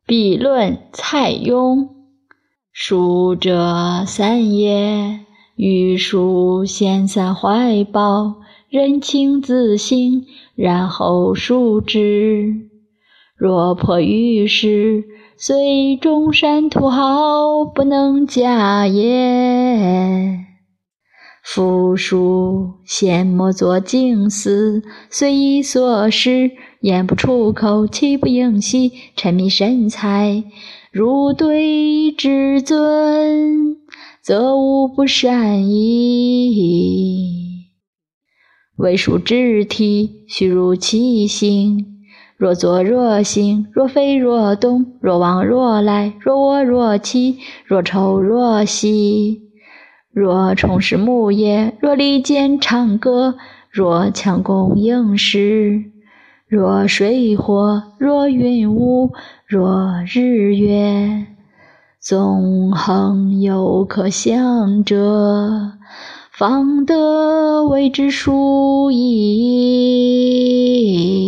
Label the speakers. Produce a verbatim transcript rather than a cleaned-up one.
Speaker 1: 笔论蔡邕。书者三也，欲书先散怀抱，人情自省，然后述之。若迫于事，虽中山土豪，不能假也。夫书先莫作静思，随意所失，言不出口，气不应息，沉迷神采。如对至尊，则无不善矣。为书之体，须如其形。若坐若行，若飞若动，若往若来，若卧若起，若抽若吸。若虫食木叶，若利剑长戈，若强弓硬矢，若水火，若云雾，若日月，纵横有可想者，方得谓之书矣。